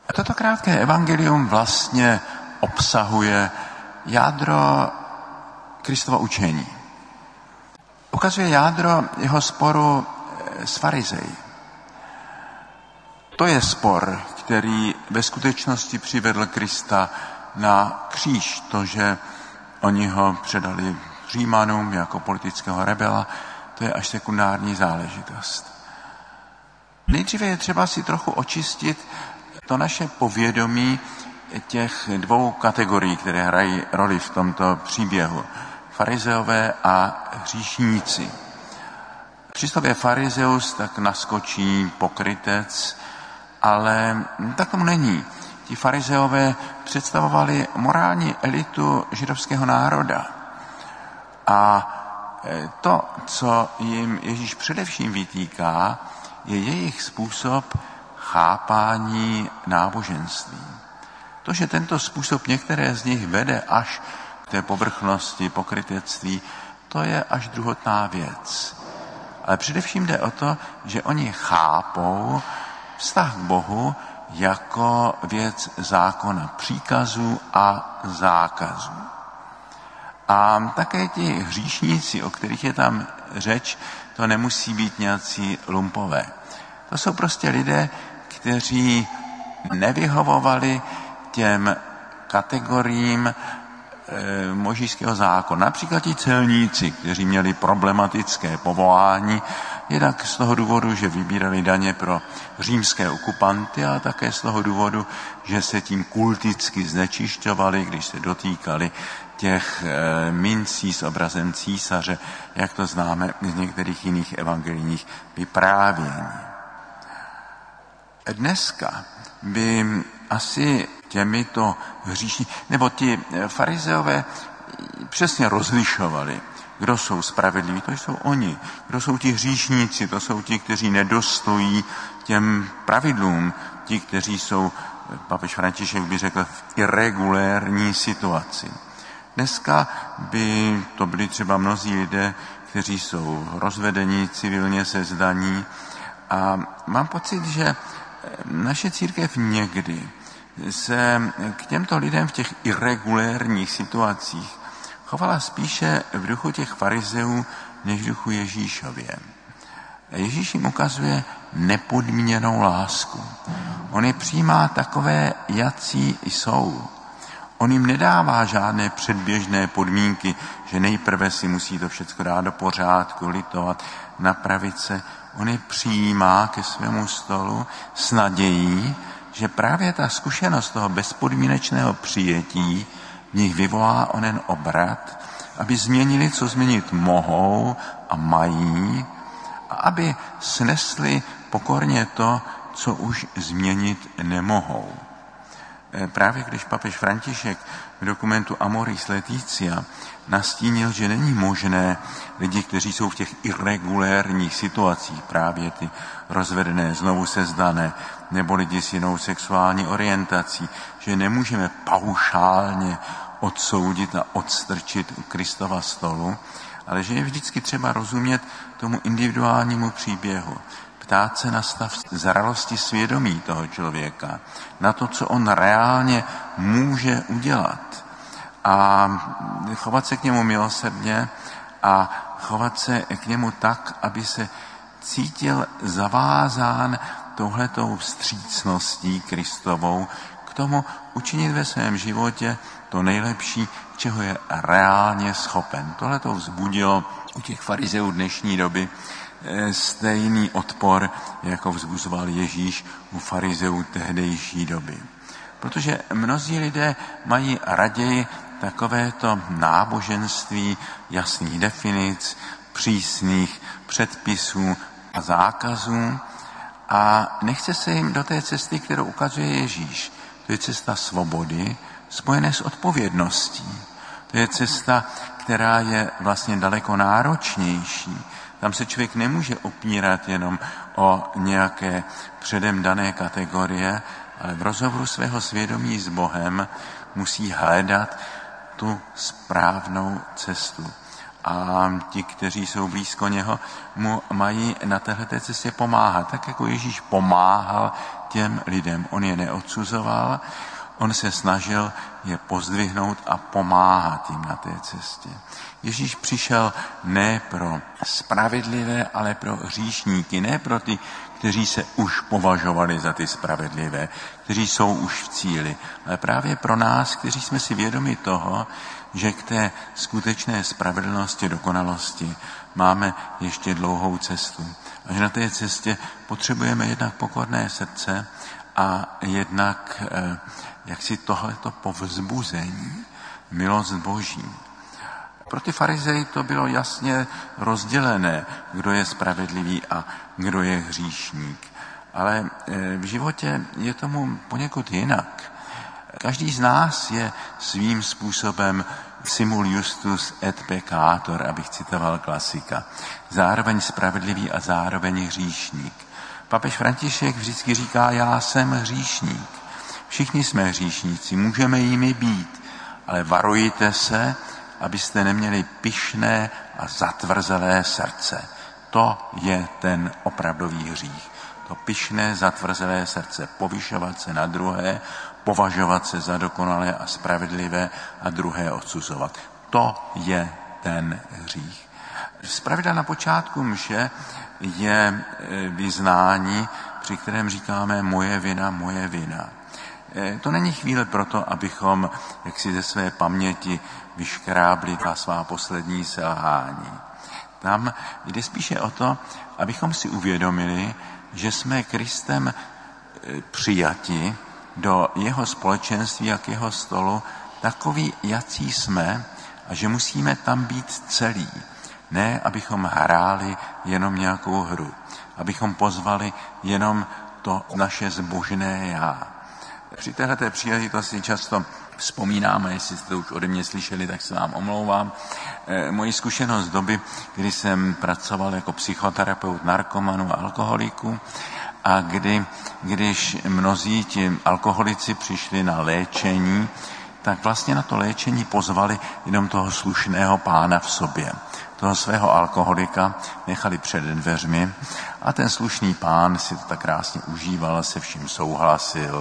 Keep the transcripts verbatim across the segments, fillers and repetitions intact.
A toto krátké evangelium vlastně obsahuje jádro Kristova učení. Ukazuje jádro jeho sporu s farizeji. To je spor, který ve skutečnosti přivedl Krista na kříž. To, že oni ho předali Římanům jako politického rebela, to je až sekundární záležitost. Nejdříve je třeba si trochu očistit to naše povědomí těch dvou kategorií, které hrají roli v tomto příběhu. Farizeové a hříšníci. Při slově farizeus tak naskočí pokrytec, ale tak tomu není. Ti farizeové představovali morální elitu židovského národa. A to, co jim Ježíš především vytýká, je jejich způsob chápání náboženství. To, že tento způsob některé z nich vede až k té povrchnosti, pokrytectví, to je až druhotná věc. Ale především jde o to, že oni chápou vztah k Bohu jako věc zákona, příkazů a zákazů. A také ti hříšníci, o kterých je tam řeč, to nemusí být nějací lumpové. To jsou prostě lidé, kteří nevyhovovali těm kategoriím e, možíšského zákona. Například ti celníci, kteří měli problematické povolání, jednak z toho důvodu, že vybírali daně pro římské okupanty, ale také z toho důvodu, že se tím kulticky znečišťovali, když se dotýkali těch e, mincí s obrazem císaře, jak to známe z některých jiných evangelijních vyprávění. Dneska by asi těmito hříšní, nebo ti farizeové přesně rozlišovali, kdo jsou spravedliví, to jsou oni. Kdo jsou ti hříšníci, to jsou ti, kteří nedostojí těm pravidlům, ti, kteří jsou, papež František by řekl, v irregulérní situaci. Dneska by to byli třeba mnozí lidé, kteří jsou rozvedení, civilně se zdaní. A mám pocit, že naše církev někdy se k těmto lidem v těch irregulérních situacích chovala spíše v duchu těch farizeů, než v duchu Ježíšově. Ježíš jim ukazuje nepodmíněnou lásku. On je přijímá takové, jací jsou. On jim nedává žádné předběžné podmínky, že nejprve si musí to všechno dát do pořádku, litovat, napravit se. On je přijímá ke svému stolu s nadějí, že právě ta zkušenost toho bezpodmínečného přijetí v nich vyvolá onen obrat, aby změnili, co změnit mohou a mají, a aby snesli pokorně to, co už změnit nemohou. Právě když papež František v dokumentu Amoris Laetitia nastínil, že není možné lidi, kteří jsou v těch irregulérních situacích, právě ty rozvedené, znovu sezdané, nebo lidi s jinou sexuální orientací, že nemůžeme paušálně odsoudit a odstrčit u Kristova stolu, ale že je vždycky třeba rozumět tomu individuálnímu příběhu. Ptát se na stav zralosti svědomí toho člověka, na to, co on reálně může udělat. A chovat se k němu milosrdně a chovat se k němu tak, aby se cítil zavázán touhletou vstřícností Kristovou k tomu učinit ve svém životě to nejlepší, čeho je reálně schopen. Tohle to vzbudilo u těch farizeů dnešní doby stejný odpor, jako vzbuzoval Ježíš u farizeů tehdejší doby. Protože mnozí lidé mají raději takovéto náboženství jasných definic, přísných předpisů a zákazů a nechce se jim do té cesty, kterou ukazuje Ježíš. To je cesta svobody, spojené s odpovědností. To je cesta, která je vlastně daleko náročnější. Tam se člověk nemůže opírat jenom o nějaké předem dané kategorie, ale v rozhovoru svého svědomí s Bohem musí hledat tu správnou cestu. A ti, kteří jsou blízko něho, mu mají na téhleté cestě pomáhat. Tak jako Ježíš pomáhal těm lidem. On je neodsuzoval, on se snažil je pozdvihnout a pomáhat jim na té cestě. Ježíš přišel ne pro spravedlivé, ale pro hříšníky, ne pro ty, kteří se už považovali za ty spravedlivé, kteří jsou už v cíli, ale právě pro nás, kteří jsme si vědomi toho, že k té skutečné spravedlnosti, dokonalosti máme ještě dlouhou cestu. A že na té cestě potřebujeme jednak pokorné srdce a jednak eh, jaksi tohleto povzbuzení, milost Boží. Pro ty farizeji to bylo jasně rozdělené, kdo je spravedlivý a kdo je hříšník. Ale v životě je tomu poněkud jinak. Každý z nás je svým způsobem simul justus et peccator, abych citoval klasika. Zároveň spravedlivý a zároveň hříšník. Papež František vždycky říká, já jsem hříšník. Všichni jsme hříšníci, můžeme jimi být, ale varujte se, abyste neměli pyšné a zatvrzelé srdce. To je ten opravdový hřích. To pyšné, zatvrzelé srdce, povyšovat se na druhé, považovat se za dokonalé a spravedlivé a druhé odsuzovat. To je ten hřích. Zpravidla na počátku mše je vyznání, při kterém říkáme moje vina, moje vina. To není chvíle proto, abychom jaksi ze své paměti vyškrábli ta svá poslední selhání. Tam jde spíše o to, abychom si uvědomili, že jsme Kristem přijati do jeho společenství a k jeho stolu takový, jací jsme, a že musíme tam být celí. Ne, abychom hráli jenom nějakou hru, abychom pozvali jenom to naše zbožné já. Při téhleté příležitosti často vzpomínáme, jestli jste to už ode mě slyšeli, tak se vám omlouvám. E, moji zkušenost z doby, kdy jsem pracoval jako psychoterapeut narkomanů a alkoholiků a kdy, když mnozí ti alkoholici přišli na léčení, tak vlastně na to léčení pozvali jenom toho slušného pána v sobě. Toho svého alkoholika nechali před dveřmi a ten slušný pán si to tak krásně užíval, se vším souhlasil,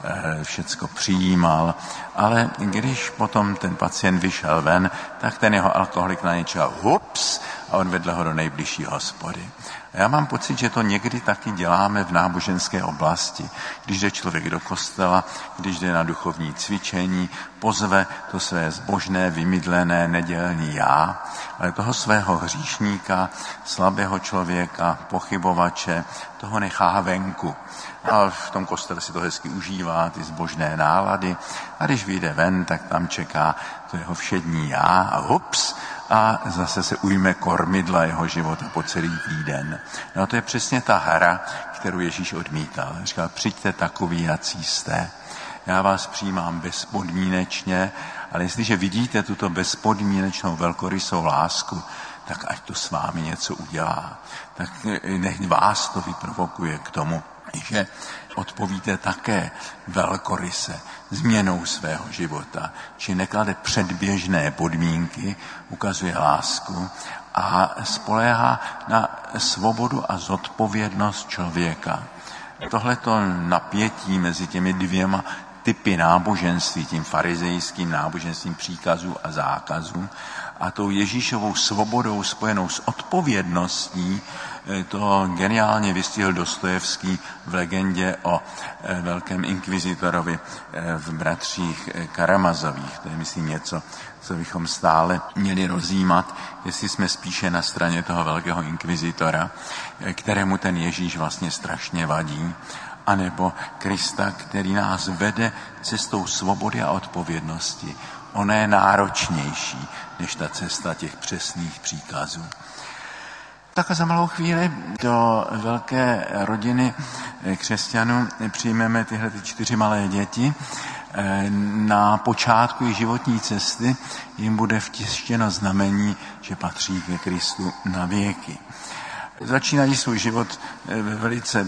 všecko přijímal, ale když potom ten pacient vyšel ven, tak ten jeho alkoholik na něčeho hups a odvedl ho do nejbližší hospody. A já mám pocit, že to někdy taky děláme v náboženské oblasti. Když jde člověk do kostela, když jde na duchovní cvičení, pozve to své zbožné, vymydlené, nedělní já, ale toho svého hříšníka, slabého člověka, pochybovače, toho nechá venku. A v tom kostele si to hezky užívá, ty zbožné nálady. A když vyjde ven, tak tam čeká to jeho všední já a hups, a zase se ujme kormidla jeho života po celý týden. No a to je přesně ta hra, kterou Ježíš odmítal. Říkal, přijďte takový, jací jste. Já vás přijímám bezpodmínečně, ale jestliže vidíte tuto bezpodmínečnou velkorysou lásku, tak ať to s vámi něco udělá. Tak nech vás to vyprovokuje k tomu, že odpovíte také velkoryse změnou svého života, či neklade předběžné podmínky, ukazuje lásku a spoléhá na svobodu a zodpovědnost člověka. Tohleto napětí mezi těmi dvěma typy náboženství, tím farizejským náboženstvím příkazů a zákazů a tou Ježíšovou svobodou spojenou s odpovědností, to geniálně vystihl Dostojevský v legendě o velkém inkvizitorovi v bratřích Karamazových. To je, myslím, něco, co bychom stále měli rozjímat, jestli jsme spíše na straně toho velkého inkvizitora, kterému ten Ježíš vlastně strašně vadí, anebo Krista, který nás vede cestou svobody a odpovědnosti. Ona je náročnější než ta cesta těch přesných příkazů. Tak a za malou chvíli do velké rodiny křesťanů přijmeme tyhle ty čtyři malé děti. Na počátku jejich životní cesty jim bude vtištěno znamení, že patří ke Kristu na věky. Začínají svůj život ve velice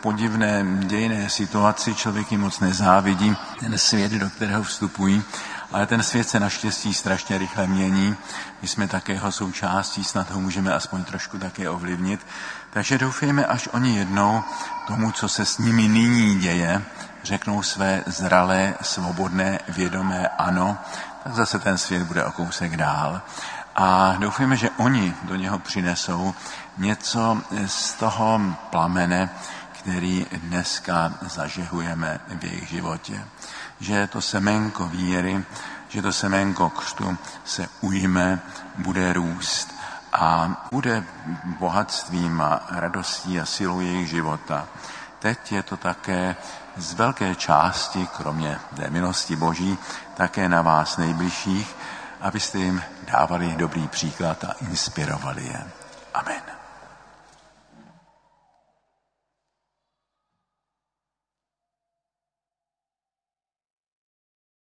podivné dějinné situaci, člověk jim moc nezávidí, ten svět, do kterého vstupují, Ale ten svět se naštěstí strašně rychle mění. My jsme také jeho součástí, snad ho můžeme aspoň trošku také ovlivnit. Takže doufejme, až oni jednou tomu, co se s nimi nyní děje, řeknou své zralé, svobodné, vědomé ano, tak zase ten svět bude o kousek dál. A doufejme, že oni do něho přinesou něco z toho plamene, který dneska zažehujeme v jejich životě. Že to semenko víry, že to semenko křtu se ujme, bude růst a bude bohatstvím a radostí a silou jejich života. Teď je to také z velké části, kromě té milosti Boží, také na vás nejbližších, abyste jim dávali dobrý příklad a inspirovali je. Amen.